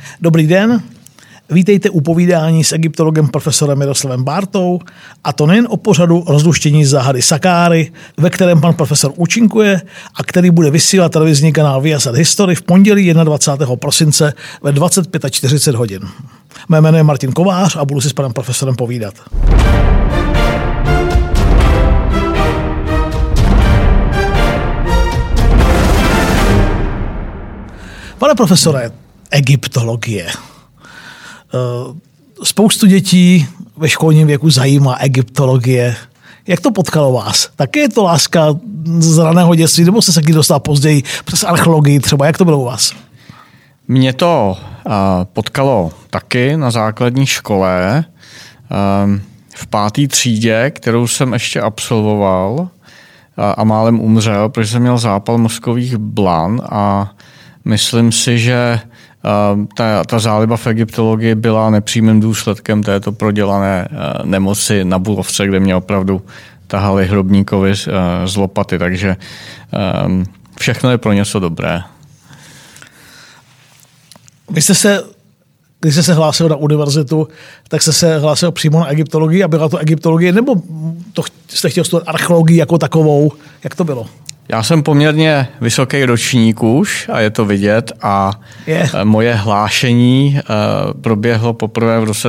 Dobrý den, vítejte u povídání s egyptologem profesorem Miroslavem Bártou, a to nejen o pořadu Rozluštění záhady Sakáry, ve kterém pan profesor účinkuje a který bude vysílat televizní kanál Viasat History v pondělí 21. prosince ve 25:40 hodin. Mé jméno je Martin Kovář a budu si s panem profesorem povídat. Pane profesore, egyptologie. Spoustu dětí ve školním věku zajímá egyptologie. Jak to potkalo vás? Také je to láska z raného dětství, nebo se taky dostal později přes archeologii třeba? Jak to bylo u vás? Mě to potkalo taky na základní škole v 5. třídě, kterou jsem ještě absolvoval a málem umřel, protože jsem měl zápal mozkových blan a myslím si, že ta záliba v egyptologii byla nepřímým důsledkem této prodělané nemoci na Bulovce, kde mě opravdu tahali hrobníkovi z lopaty, takže všechno je pro něco dobré. Když jste se hlásil na univerzitu, tak jste se hlásil přímo na egyptologii a byla to egyptologie, nebo jste chtěl studovat archeologii jako takovou? Jak to bylo? Já jsem poměrně vysoký ročník už a je to vidět a moje hlášení proběhlo poprvé v roce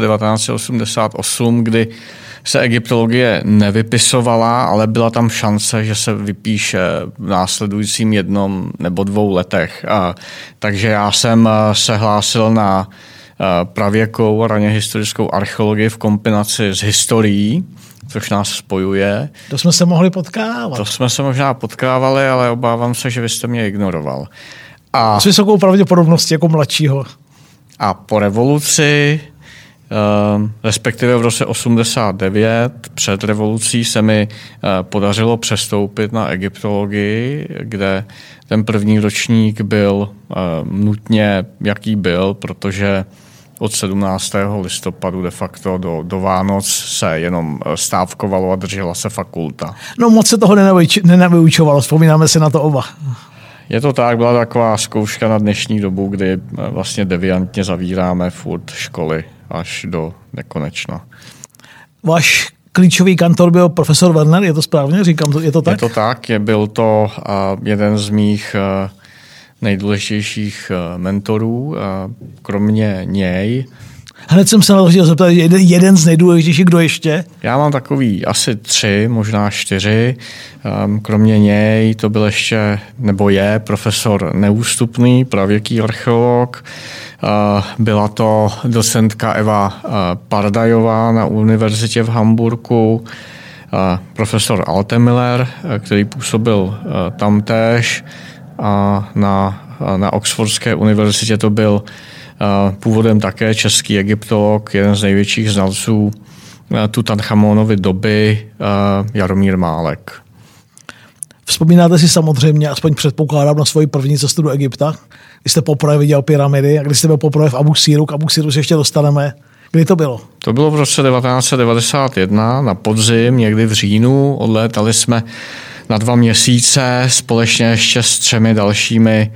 1988, kdy se egyptologie nevypisovala, ale byla tam šance, že se vypíše v následujícím 1 nebo 2 letech. Takže já jsem se hlásil na pravěkou a raně historickou archeologii v kombinaci s historií, což nás spojuje. To jsme se mohli potkávat. To jsme se možná potkávali, ale obávám se, že vy jste mě ignoroval. S vysokou pravděpodobností jako mladšího. A po revoluci, respektive v roce 89, před revolucí se mi podařilo přestoupit na egyptologii, kde ten první ročník byl nutně jaký byl, protože od 17. listopadu de facto do Vánoc se jenom stávkovalo a držela se fakulta. No moc se toho nenavyučovalo, vzpomínáme si na to oba. Je to tak, byla taková zkouška na dnešní dobu, kdy vlastně deviantně zavíráme furt školy až do nekonečna. Váš klíčový kantor byl profesor Werner, je to správně? Říkám, je to tak? Je to tak, byl to jeden z mých nejdůležitějších mentorů, kromě něj. Hned jsem se chtěl zeptat, jeden z nejdůležitějších, kdo ještě? Já mám takový asi 3, možná 4. Kromě něj to byl ještě, nebo je, profesor Neústupný, pravěký archeolog. Byla to docentka Eva Pardajová na univerzitě v Hamburku, profesor Altemiller, který působil tamtéž, a na Oxfordské univerzitě to byl původem také český egyptolog, jeden z největších znalců Tutanchamonovy doby, Jaromír Málek. Vzpomínáte si samozřejmě, aspoň předpokládám, na svoji první cestu do Egypta, kdy jste poprvé viděl pyramidy a když jste byl poprvé v Abu Síru, k Abu Síru se ještě dostaneme. Kdy to bylo? To bylo v roce 1991 na podzim, někdy v říjnu. Odlétali jsme na 2 měsíce společně ještě s 3 dalšími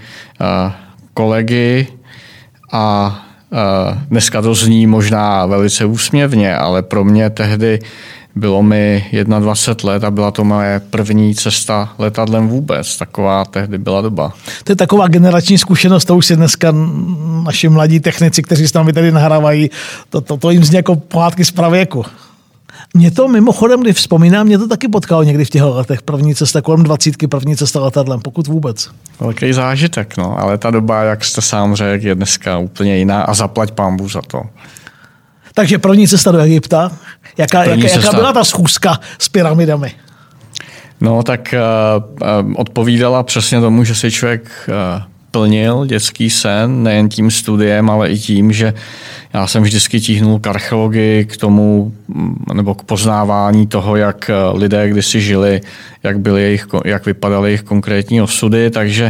kolegy a dneska to zní možná velice úsměvně, ale pro mě tehdy bylo mi 21 let a byla to moje první cesta letadlem vůbec. Taková tehdy byla doba. To je taková generační zkušenost, to už si dneska naši mladí technici, kteří se tam tady nahrávají, to jim zní jako pohádky z pravěku. Mě to mimochodem, když vzpomínám, mě to taky potkalo někdy v těch letech. První cesta kolem 20, první cesta letadlem, pokud vůbec. Velký zážitek, no, ale ta doba, jak jste sám řekl, je dneska úplně jiná a zaplať pánbůh za to. Takže první cesta do Egypta. Jaká byla ta schůzka s pyramidami? No, tak odpovídala přesně tomu, že si člověk plnil dětský sen, nejen tím studiem, ale i tím, že já jsem vždycky tíhnul k archeologii, k tomu, nebo k poznávání toho, jak lidé kdysi žili, jak vypadaly jejich konkrétní osudy, takže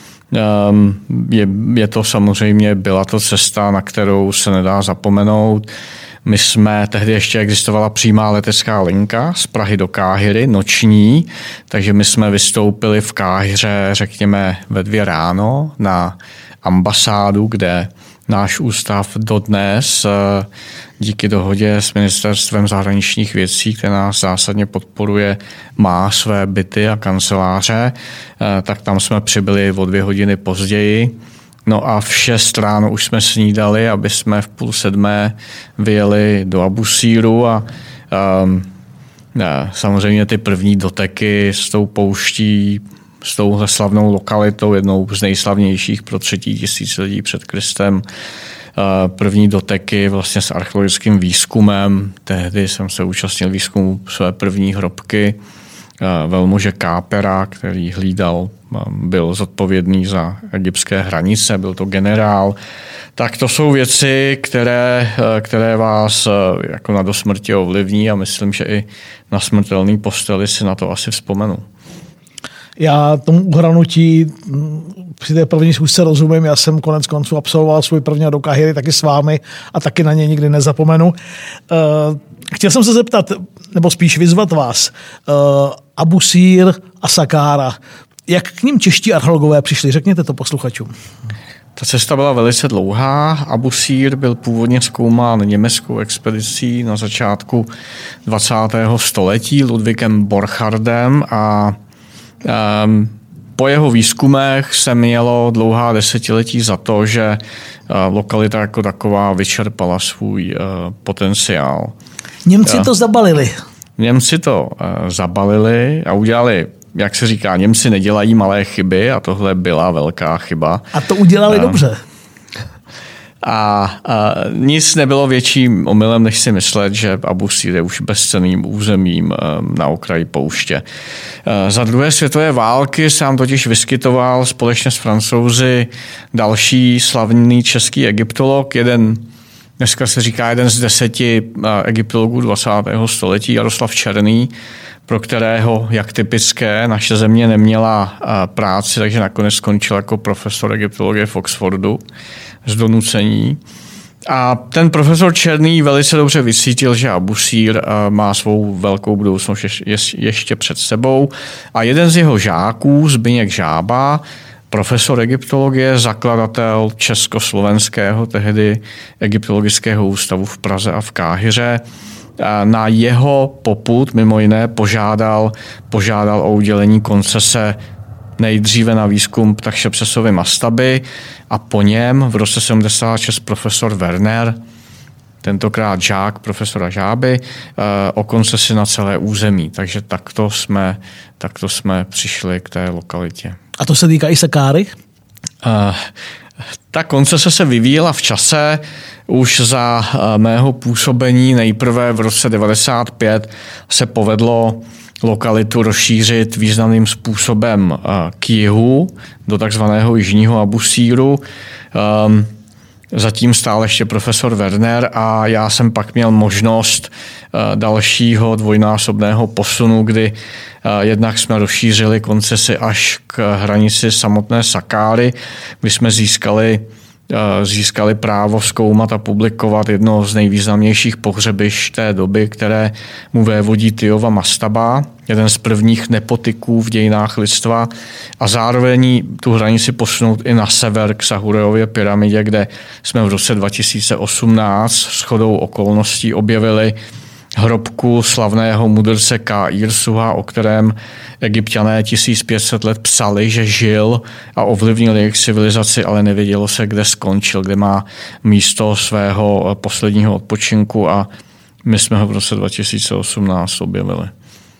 je to samozřejmě, byla to cesta, na kterou se nedá zapomenout. My jsme, tehdy ještě existovala přímá letecká linka z Prahy do Káhiry, noční, takže my jsme vystoupili v Káhiře, řekněme, ve 2 ráno na ambasádu, kde náš ústav dodnes díky dohodě s Ministerstvem zahraničních věcí, které nás zásadně podporuje, má své byty a kanceláře, tak tam jsme přibyli o 2 hodiny později. No a v 6 ráno už jsme snídali, aby jsme v 6:30 vyjeli do Abusíru a samozřejmě ty první doteky s tou pouští, s touhle slavnou lokalitou, jednou z nejslavnějších pro 3. tisíciletí před Kristem, první doteky vlastně s archeologickým výzkumem. Tehdy jsem se účastnil výzkumu své první hrobky velmože Kápera, který byl zodpovědný za egyptské hranice, byl to generál. Tak to jsou věci, které vás jako na dosmrti ovlivní a myslím, že i na smrtelný posteli si na to asi vzpomenu. Já tomu uhranutí při té první schůzce rozumím. Já jsem konec konců absolvoval svůj první do Kahiry taky s vámi a taky na ně nikdy nezapomenu. Chtěl jsem se zeptat, nebo spíš vyzvat vás, Abusír a Sakára. Jak k ním čeští archeologové přišli? Řekněte to posluchačům. Ta cesta byla velice dlouhá. Abusír byl původně zkoumán německou expedicí na začátku 20. století Ludvíkem Borchardem a po jeho výzkumech se mělo dlouhá desetiletí za to, že lokalita jako taková vyčerpala svůj potenciál. Němci to zabalili. Němci to zabalili a udělali, jak se říká, Němci nedělají malé chyby a tohle byla velká chyba. A to udělali dobře. A nic nebylo větším omylem, než si myslet, že Abusír je už bezcenným územím na okraji pouště. Za druhé světové války sám totiž vyskytoval společně s Francouzi další slavný český egyptolog, dneska se říká jeden z 10 egyptologů 20. století, Jaroslav Černý, pro kterého, jak typické, naše země neměla práci, takže nakonec skončil jako profesor egyptologie v Oxfordu z donucení. A ten profesor Černý velice dobře vysvítil, že Abusír má svou velkou budoucnost ještě před sebou. A jeden z jeho žáků, Zbyněk Žába, profesor egyptologie, zakladatel československého tehdy egyptologického ústavu v Praze a v Káhiře, na jeho popud mimo jiné požádal o udělení koncese nejdříve na výzkum Ptachšepřesovy mastaby a po něm v roce 76 profesor Werner, tentokrát žák profesora Žáby, o koncesi na celé území. Takže takto jsme přišli k té lokalitě. A to se týká i Sakáry? Ta koncese se vyvíjela v čase. Už za mého působení nejprve v roce 95 se povedlo lokalitu rozšířit významným způsobem k jihu do takzvaného jižního Abusíru. Zatím stál ještě profesor Werner a já jsem pak měl možnost dalšího dvojnásobného posunu, kdy jednak jsme rozšířili koncesi až k hranici samotné Sakáry, kdy jsme získali právo zkoumat a publikovat jedno z nejvýznamnějších pohřebišť té doby, které mu vévodí Tyjova mastaba, jeden z prvních nepotiků v dějinách lidstva, a zároveň tu hranici posunout i na sever k Sahurejově pyramidě, kde jsme v roce 2018 shodou okolností objevili hrobku slavného mudrce Ka-Irsuha, o kterém Egypťané 1500 let psali, že žil a ovlivnil jejich civilizaci, ale nevědělo se, kde skončil, kde má místo svého posledního odpočinku, a my jsme ho v roce 2018 objevili.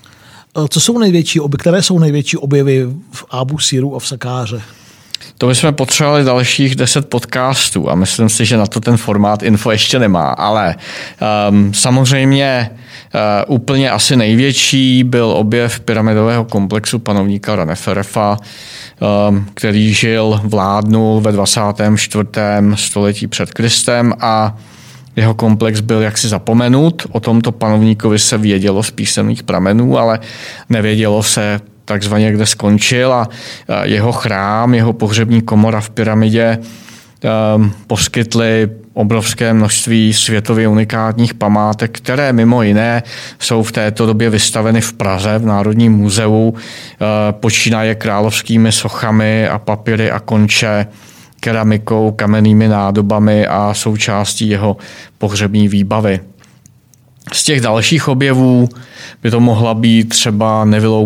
Které jsou největší objevy v Abusíru a v Sakáře? To bychom potřebovali dalších 10 podcastů a myslím si, že na to ten formát info ještě nemá, ale samozřejmě úplně asi největší byl objev pyramidového komplexu panovníka Raneferefa, který vládnul ve 24. století před Kristem a jeho komplex byl jaksi zapomenut. O tomto panovníkovi se vědělo z písemných pramenů, ale nevědělo se takzvaně, kde skončil, a jeho chrám, jeho pohřební komora v pyramidě poskytly obrovské množství světově unikátních památek, které mimo jiné jsou v této době vystaveny v Praze v Národním muzeu, počínaje královskými sochami a papíry a konče keramikou, kamennými nádobami a součástí jeho pohřební výbavy. Z těch dalších objevů by to mohla být třeba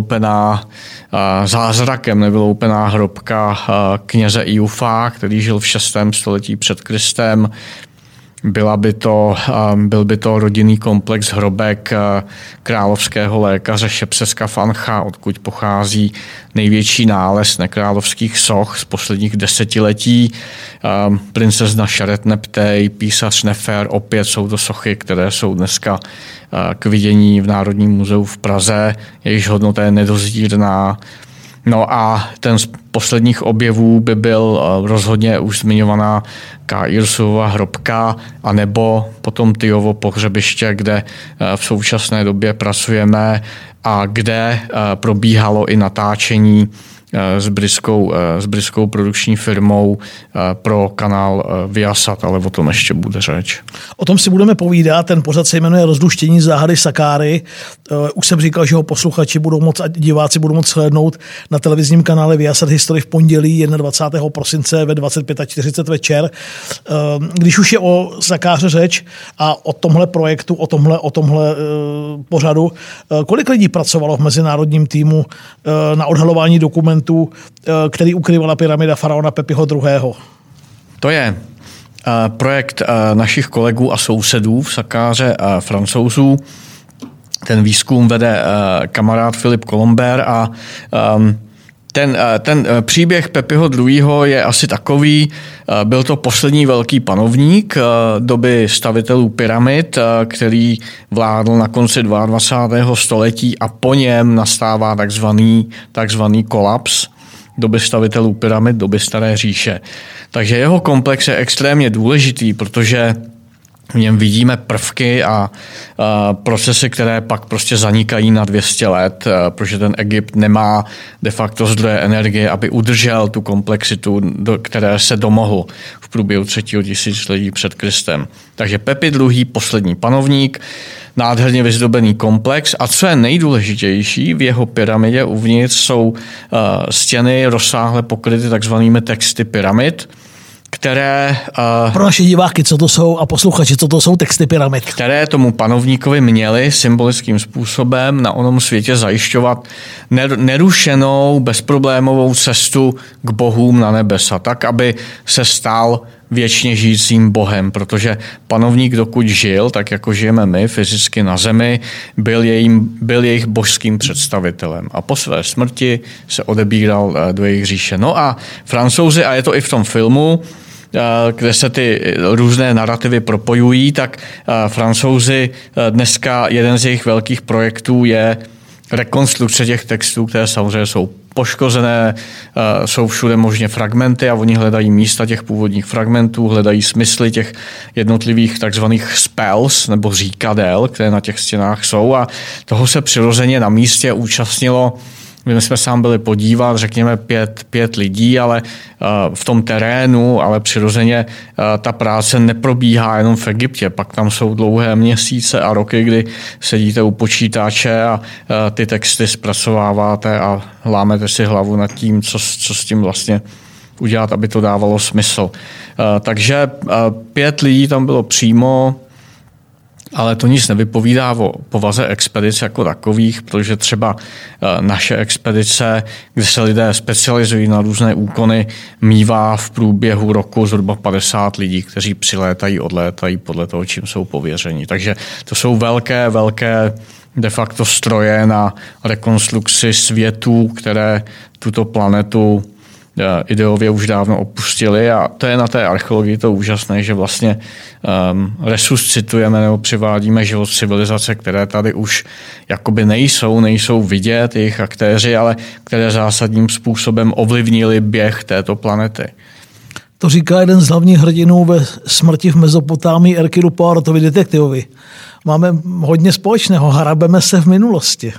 zázrakem nevyloupená hrobka kněze Iufa, který žil v 6. století před Kristem. Byl by to rodinný komplex hrobek královského lékaře Šepseska Fancha, odkud pochází největší nález nekrálovských soch z posledních desetiletí. Princezna Šaret-Neptej, písař Nefer, opět jsou to sochy, které jsou dneska k vidění v Národním muzeu v Praze. Jejichž hodnota je nedozírná. No a ten z posledních objevů by byl rozhodně už zmiňovaná K.Irsova hrobka, anebo potom Tyjovo pohřebiště, kde v současné době pracujeme a kde probíhalo i natáčení s britskou produkční firmou pro kanál Viasat, ale o tom ještě bude řeč. O tom si budeme povídat. Ten pořad se jmenuje Rozluštění záhady Sakáry. Už jsem říkal, že ho posluchači budou moct a diváci budou moct slednout na televizním kanále Viasat History v pondělí 21. prosince ve 25:40 večer. Když už je o Sakáře řeč a o tomhle projektu, o tomhle pořadu, kolik lidí pracovalo v mezinárodním týmu na odhalování dokumentů, který ukrývala pyramida faraona Pepiho II. To je projekt našich kolegů a sousedů v Sakáře a Francouzů. Ten výzkum vede kamarád Filip Colomber a ten příběh Pepiho II. Je asi takový, byl to poslední velký panovník doby stavitelů pyramid, který vládl na konci 22. století a po něm nastává takzvaný kolaps doby stavitelů pyramid, doby Staré říše. Takže jeho komplex je extrémně důležitý, protože v něm vidíme prvky a procesy, které pak prostě zanikají na 200 let, protože ten Egypt nemá de facto zdroje energie, aby udržel tu komplexitu, do které se domohl v průběhu 3. tisíciletí před Kristem. Takže Pepi II. Poslední panovník, nádherně vyzdobený komplex a co je nejdůležitější, v jeho pyramidě uvnitř jsou stěny rozsáhle pokryty takzvanými texty pyramid, které... Pro naše diváky, co to jsou a posluchači, co to jsou texty pyramid. Které tomu panovníkovi měli symbolickým způsobem na onom světě zajišťovat nerušenou, bezproblémovou cestu k bohům na nebesa, tak, aby se stal věčně žijícím bohem, protože panovník, dokud žil, tak jako žijeme my fyzicky na zemi, byl jejich božským představitelem a po své smrti se odebíral do jejich říše. No a Francouzi, a je to i v tom filmu, kde se ty různé narrativy propojují, tak Francouzi dneska jeden z jejich velkých projektů je rekonstrukce těch textů, které samozřejmě jsou poškozené, jsou všude možně fragmenty a oni hledají místa těch původních fragmentů, hledají smysly těch jednotlivých takzvaných spells nebo říkadel, které na těch stěnách jsou a toho se přirozeně na místě účastnilo. My jsme sám byli podívat, řekněme 5 lidí, ale v tom terénu, ale přirozeně ta práce neprobíhá jenom v Egyptě. Pak tam jsou dlouhé měsíce a roky, kdy sedíte u počítače a ty texty zpracováváte a lámete si hlavu nad tím, co s tím vlastně udělat, aby to dávalo smysl. Takže 5 lidí tam bylo přímo, ale to nic nevypovídá o povaze expedic jako takových, protože třeba naše expedice, kde se lidé specializují na různé úkony, mívá v průběhu roku zhruba 50 lidí, kteří přilétají, odlétají podle toho, čím jsou pověřeni. Takže to jsou velké de facto stroje na rekonstrukci světů, které tuto planetu ideově už dávno opustili a to je na té archeologii to úžasné, že vlastně resuscitujeme nebo přivádíme život civilizace, které tady už jakoby nejsou vidět, jejich aktéři, ale které zásadním způsobem ovlivnili běh této planety. To říká jeden z hlavních hrdinů ve Smrti v Mezopotámii Hercule Poirotovi detektivovi. Máme hodně společného, hrabeme se v minulosti.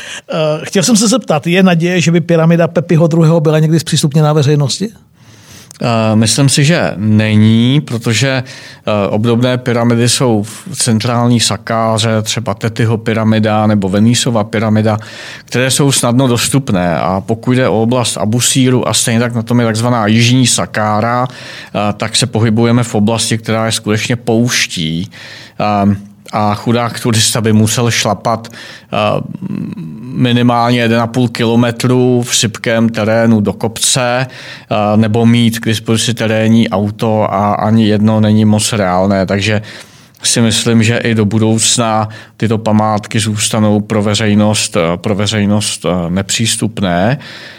Chtěl jsem se zeptat, je naděje, že by pyramida Pepiho II. Byla někdy zpřístupněná veřejnosti? Myslím si, že není, protože obdobné pyramidy jsou v centrální Sakáře, třeba Tetiho pyramida nebo Venisova pyramida, které jsou snadno dostupné. A pokud jde o oblast Abusíru a stejně tak na tom je takzvaná jižní Sakára, tak se pohybujeme v oblasti, která je skutečně pouští. A chudák turista by musel šlapat minimálně 1,5 kilometru v sypkém terénu do kopce nebo mít k dispozici terénní auto a ani jedno není moc reálné. Takže si myslím, že i do budoucna tyto památky zůstanou pro veřejnost nepřístupné.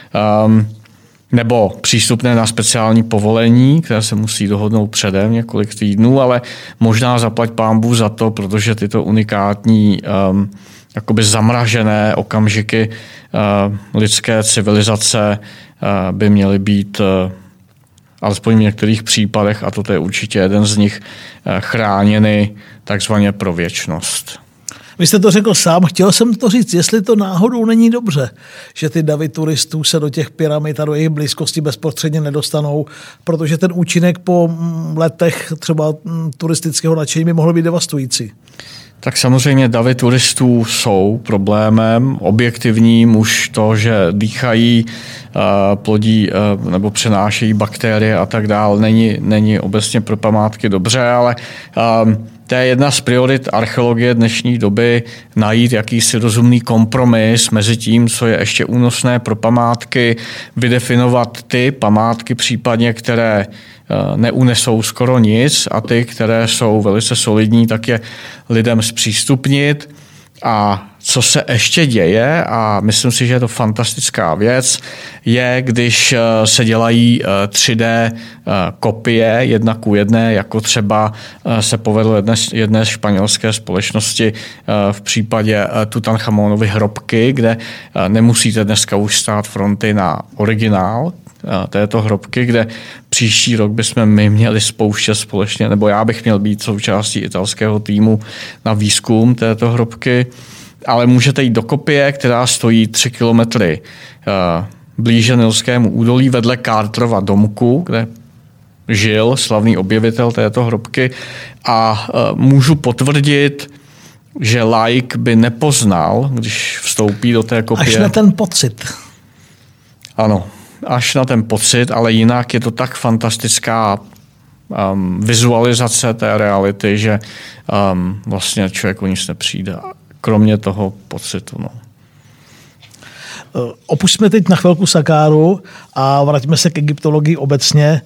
Nebo přístupné na speciální povolení, které se musí dohodnout předem několik týdnů, ale možná zaplať pánbůh za to, protože tyto unikátní jakoby zamražené okamžiky lidské civilizace by měly být alespoň v některých případech, a toto je určitě jeden z nich, chráněny takzvaně pro věčnost. Vy jste to řekl sám, chtěl jsem to říct, jestli to náhodou není dobře, že ty davy turistů se do těch pyramid a do jejich blízkosti bezprostředně nedostanou, protože ten účinek po letech třeba turistického nadšení by mohl být devastující. Tak samozřejmě davy turistů jsou problémem objektivním, už to, že dýchají, plodí nebo přenášejí bakterie a tak dále, není obecně pro památky dobře, ale to je jedna z priorit archeologie dnešní doby, najít jakýsi rozumný kompromis mezi tím, co je ještě únosné pro památky, vydefinovat ty památky případně, které neunesou skoro nic a ty, které jsou velice solidní, tak je lidem zpřístupnit. A co se ještě děje, a myslím si, že je to fantastická věc, je, když se dělají 3D kopie 1:1, jako třeba se povedlo jedné španělské společnosti v případě Tutanchamonovy hrobky, kde nemusíte dneska už stát fronty na originál této hrobky, kde příští rok bychom my měli spouštět společně, nebo já bych měl být součástí italského týmu na výzkum této hrobky, ale můžete jít do kopie, která stojí 3 kilometry blíže Nilskému údolí vedle Carterova domku, kde žil slavný objevitel této hrobky, a můžu potvrdit, že laik by nepoznal, když vstoupí do té kopie. Až na ten pocit. Ano, až na ten pocit, ale jinak je to tak fantastická vizualizace té reality, že vlastně člověk o nic nepřijde. Kromě toho pocitu. No. Opušťme teď na chvilku Sakáru a vraťme se k egyptologii obecně.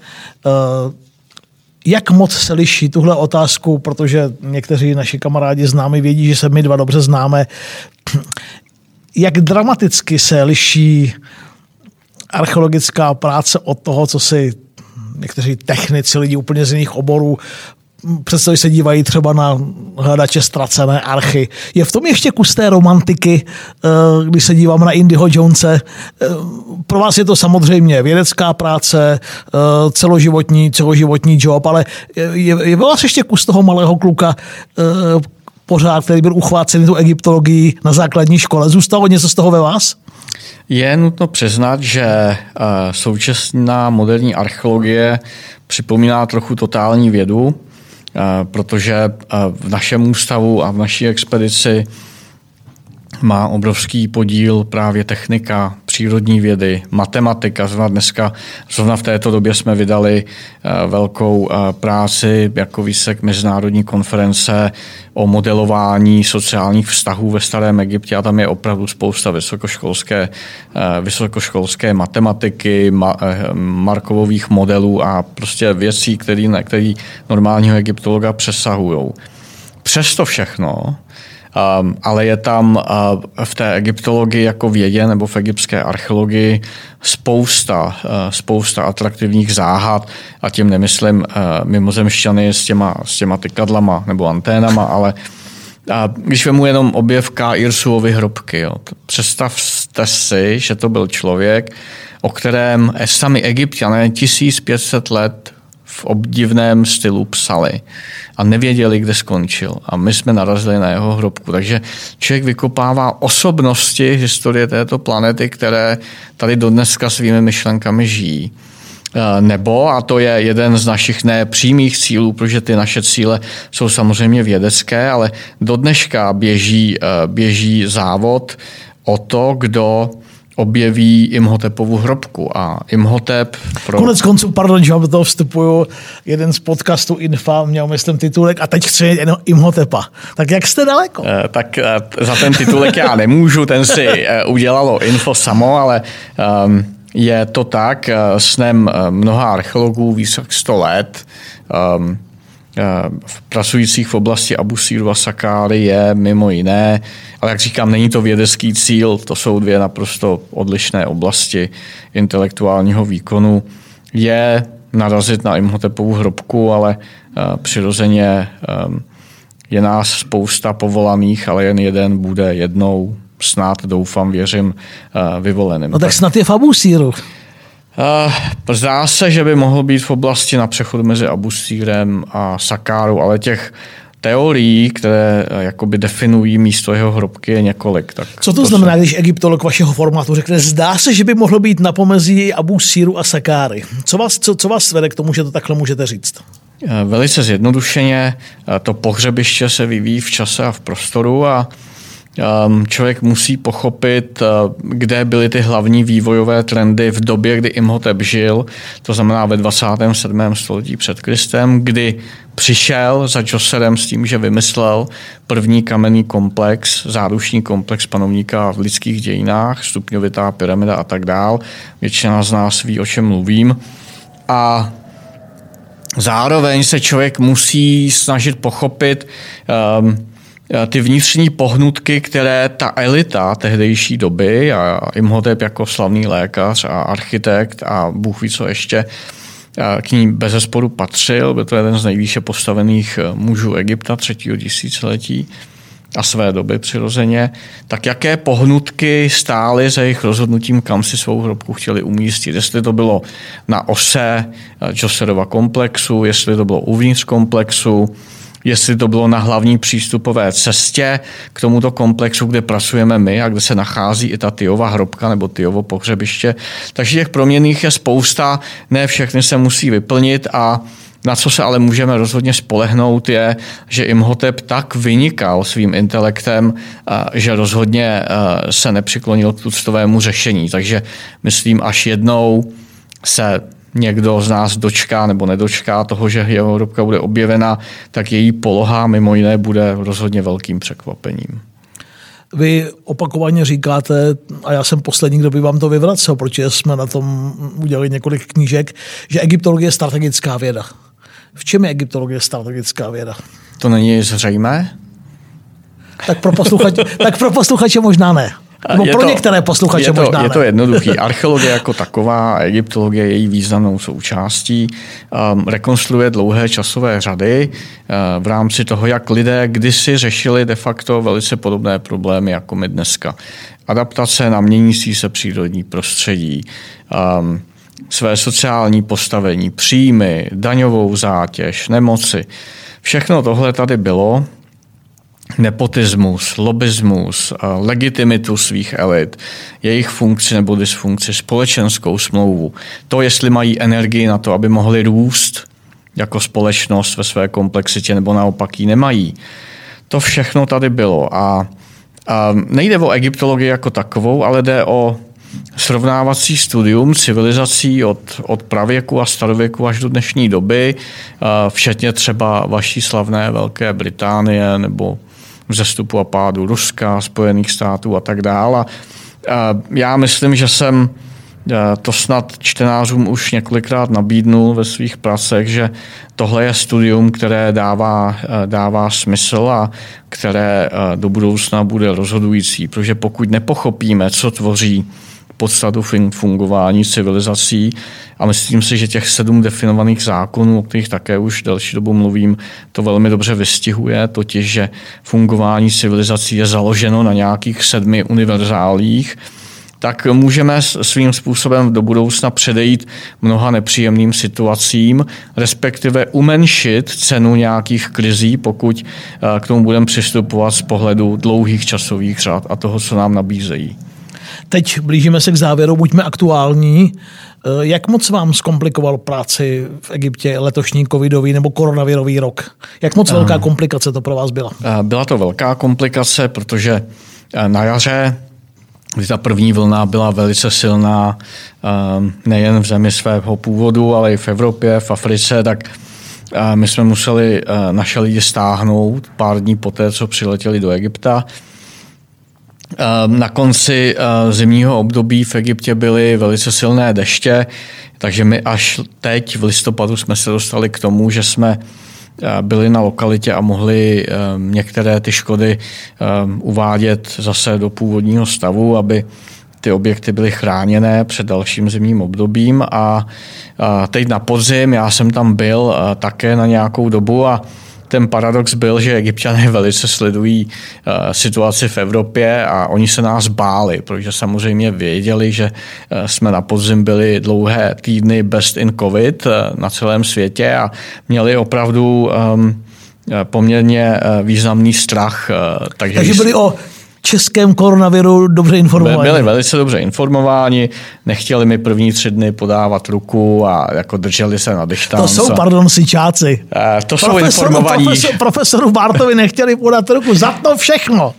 Jak moc se liší tuhle otázku, protože někteří naši kamarádi známi vědí, že se my dva dobře známe. Jak dramaticky se liší archeologická práce od toho, co si někteří technici, lidi úplně z jiných oborů představí, se dívají třeba na hledače ztracené archy. Je v tom ještě kus té romantiky, když se dívám na Indyho Jonese. Pro vás je to samozřejmě vědecká práce, celoživotní job, ale je ve vás ještě kus toho malého kluka pořád, který byl uchvácený tu egyptologii na základní škole. Zůstalo něco z toho ve vás? Je nutno přiznat, že současná moderní archeologie připomíná trochu totální vědu, protože v našem ústavu a v naší expedici má obrovský podíl právě technika, přírodní vědy, matematika. Zrovna v této době jsme vydali velkou práci jako výsek mezinárodní konference o modelování sociálních vztahů ve starém Egyptě a tam je opravdu spousta vysokoškolské matematiky, Markovových modelů a prostě věcí, které normálního egyptologa přesahují. Přesto všechno, ale je tam v té egyptologii jako vědě nebo v egyptské archeologii spousta atraktivních záhad a tím nemyslím mimozemšťany s těma tykadlama nebo anténama, ale když vemu jenom objev Irsuovy hrobky, jo, představte si, že to byl člověk, o kterém sami Egypťané 1500 let v obdivném stylu psali a nevěděli, kde skončil. A my jsme narazili na jeho hrobku. Takže člověk vykopává osobnosti historie této planety, které tady dodneska svými myšlenkami žijí. Nebo, a to je jeden z našich nepřímých cílů, protože ty naše cíle jsou samozřejmě vědecké, ale do dneška běží závod o to, kdo objeví Imhotepovu hrobku. A Imhotep... Konec konců, pardon, že vám do toho vstupuju, jeden z podcastů Infa měl, myslím, titulek a teď chci jen Imhotepa. Tak jak jste daleko? Tak za ten titulek já nemůžu, ten si udělalo Info samo, ale je to tak, snem mnoha archeologů více jak 100 let, pracujících v oblasti Abu Síru a Sakáry je mimo jiné, ale jak říkám, není to vědecký cíl, to jsou dvě naprosto odlišné oblasti intelektuálního výkonu. Je narazit na Imhotepovu hrobku, ale přirozeně je nás spousta povolaných, ale jen jeden bude jednou, snad, doufám, věřím, vyvoleným. No tak snad je v Abu Síru. Zdá se, že by mohl být v oblasti na přechodu mezi Abu Sírem a Sakárou, ale těch teorií, které jakoby definují místo jeho hrobky, je několik. Tak co to znamená, když egyptolog vašeho formátu řekne, zdá se, že by mohlo být na pomezí Abu Síru a Sakáry? Co vás vede k tomu, že to takhle můžete říct? Velice zjednodušeně, to pohřebiště se vyvíjí v čase a v prostoru a člověk musí pochopit, kde byly ty hlavní vývojové trendy v době, kdy Imhotep žil, to znamená ve 27. století před Kristem, kdy přišel za Džoserem s tím, že vymyslel první kamenný komplex, záruční komplex panovníka v lidských dějinách, stupňovitá pyramida a tak dál. Většina z nás ví, o čem mluvím. A zároveň se člověk musí snažit pochopit ty vnitřní pohnutky, které ta elita tehdejší doby a Imhotep jako slavný lékař a architekt a Bůh ví co ještě k ní bezesporu patřil. Byl to jeden z nejvýše postavených mužů Egypta 3. tisíciletí a své doby přirozeně. Tak jaké pohnutky stály za jejich rozhodnutím, kam si svou hrobku chtěli umístit? Jestli to bylo na ose Džoserova komplexu, jestli to bylo uvnitř komplexu, jestli to bylo na hlavní přístupové cestě k tomuto komplexu, kde pracujeme my a kde se nachází i ta Tyjova hrobka nebo Tyjovo pohřebiště. Takže těch proměnných je spousta, ne všechny se musí vyplnit a na co se ale můžeme rozhodně spolehnout je, že Imhotep tak vynikal svým intelektem, že rozhodně se nepřiklonil k tuctovému řešení. Takže myslím, až jednou se někdo z nás dočká nebo nedočká toho, že jeho hrobka bude objevena, tak její poloha mimo jiné bude rozhodně velkým překvapením. Vy opakovaně říkáte, a já jsem poslední, kdo by vám to vyvracel, protože jsme na tom udělali několik knížek, že egyptologie je strategická věda. V čem je egyptologie strategická věda? To není zřejmé? Tak pro posluchače možná ne. Nebo pro některé posluchače možná ne. Je to jednoduchý. Archeologie jako taková a egyptologie je její významnou součástí. Rekonstruuje dlouhé časové řady v rámci toho, jak lidé kdysi řešili de facto velice podobné problémy jako my dneska. Adaptace na měnící se přírodní prostředí, své sociální postavení, příjmy, daňovou zátěž, nemoci. Všechno tohle tady bylo. Nepotismus, lobismus, legitimitu svých elit, jejich funkci nebo dysfunkci, společenskou smlouvu. To, jestli mají energii na to, aby mohli růst jako společnost ve své komplexitě nebo naopak ji nemají. To všechno tady bylo. A nejde o egyptologii jako takovou, ale jde o srovnávací studium civilizací od pravěku a starověku až do dnešní doby, včetně třeba vaší slavné Velké Británie nebo vzestupu a pádu Ruska, Spojených států a tak dále. Já myslím, že jsem to snad čtenářům už několikrát nabídnul ve svých pracech, že tohle je studium, které dává smysl a které do budoucna bude rozhodující, protože pokud nepochopíme, co tvoří podstatu fungování civilizací a myslím si, že těch 7 definovaných zákonů, o kterých také už delší dobu mluvím, to velmi dobře vystihuje, totiž, že fungování civilizací je založeno na nějakých 7 univerzálích, tak můžeme svým způsobem do budoucna předejít mnoha nepříjemným situacím, respektive umenšit cenu nějakých krizí, pokud k tomu budeme přistupovat z pohledu dlouhých časových řad a toho, co nám nabízejí. Teď blížíme se k závěru, buďme aktuální. Jak moc vám zkomplikoval práci v Egyptě letošní covidový nebo koronavirový rok? Jak moc velká komplikace to pro vás byla? Byla to velká komplikace, protože na jaře, kdy ta první vlna byla velice silná, nejen v zemi svého původu, ale i v Evropě, v Africe, tak my jsme museli naše lidi stáhnout pár dní poté, co přiletěli do Egypta. Na konci zimního období v Egyptě byly velice silné deště, takže my až teď v listopadu jsme se dostali k tomu, že jsme byli na lokalitě a mohli některé ty škody uvádět zase do původního stavu, aby ty objekty byly chráněné před dalším zimním obdobím. A teď na podzim, já jsem tam byl také na nějakou dobu a ten paradox byl, že Egypťané velice sledují situaci v Evropě a oni se nás báli, protože samozřejmě věděli, že jsme na podzim byli dlouhé týdny best in covid na celém světě a měli opravdu poměrně významný strach. Takže byli o českém koronaviru dobře informováni. Byli velice dobře informováni, nechtěli mi první 3 dny podávat ruku a jako drželi se na distanc. To jsou, pardon, sičáci. To jsou informovaní. Profesoru Bártovi nechtěli podat ruku, za to všechno.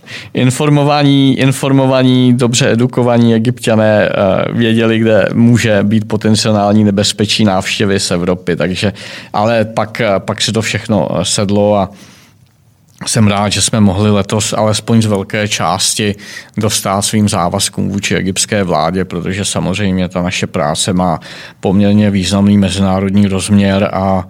Informovaní, dobře edukovaní Egypťané věděli, kde může být potenciální nebezpečí návštěvy z Evropy, takže, ale pak se to všechno sedlo a jsem rád, že jsme mohli letos alespoň z velké části dostát svým závazkům vůči egyptské vládě, protože samozřejmě ta naše práce má poměrně významný mezinárodní rozměr a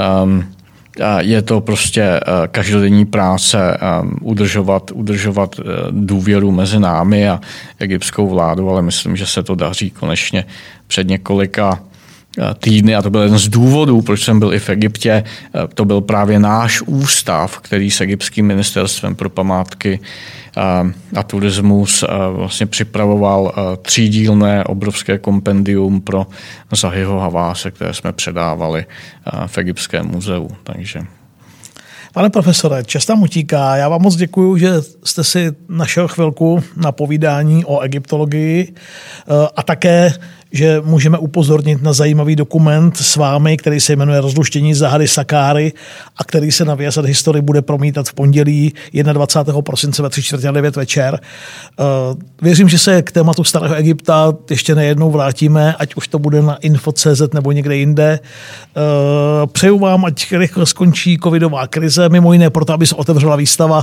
je to prostě každodenní práce udržovat důvěru mezi námi a egyptskou vládou, ale myslím, že se to daří konečně před několika týdny, a to byl jeden z důvodů, proč jsem byl i v Egyptě. To byl právě náš ústav, který s egyptským ministerstvem pro památky a turismus vlastně připravoval 3dílné obrovské kompendium pro Zahiho Haváse, které jsme předávali v Egyptském muzeu. Takže. Pane profesore, čas tam utíká. Já vám moc děkuju, že jste si našel chvilku na povídání o egyptologii a také, že můžeme upozornit na zajímavý dokument s vámi, který se jmenuje Rozluštění Zahary Sakáry a který se na Viasat History bude promítat v pondělí 21. prosince ve 3:45 večer. Věřím, že se k tématu Starého Egypta ještě nejednou vrátíme, ať už to bude na info.cz nebo někde jinde. Přeju vám, ať rychle skončí covidová krize, mimo jiné proto, aby se otevřela výstava,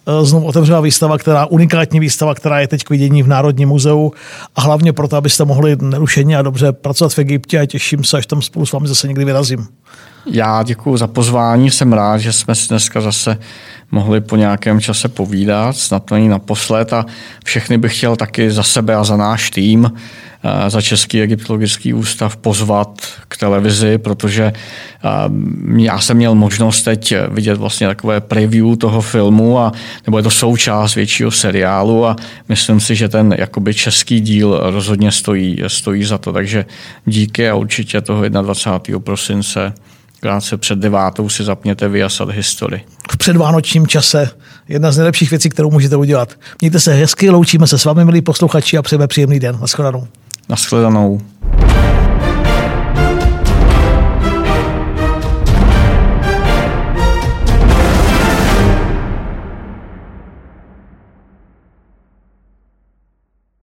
unikátní výstava, která je teď k vidění v Národním muzeu, a hlavně proto, abyste mohli nerušeně a dobře pracovat v Egyptě, a těším se, až tam spolu s vámi zase někdy vyrazím. Já děkuji za pozvání, jsem rád, že jsme si dneska zase mohli po nějakém čase povídat, snad to není naposled, a všechny bych chtěl taky za sebe a za náš tým, za Český egyptologický ústav pozvat k televizi, protože já jsem měl možnost teď vidět vlastně takové preview toho filmu, nebo je to součást většího seriálu, a myslím si, že ten jakoby český díl rozhodně stojí za to, takže díky, a určitě toho 21. prosince krátce před 9. si zapněte Viasat History. V předvánočním čase jedna z nejlepších věcí, kterou můžete udělat. Mějte se hezky, loučíme se s vámi, milí posluchači, a přejeme příjemný den. Naschledanou. Naschledanou.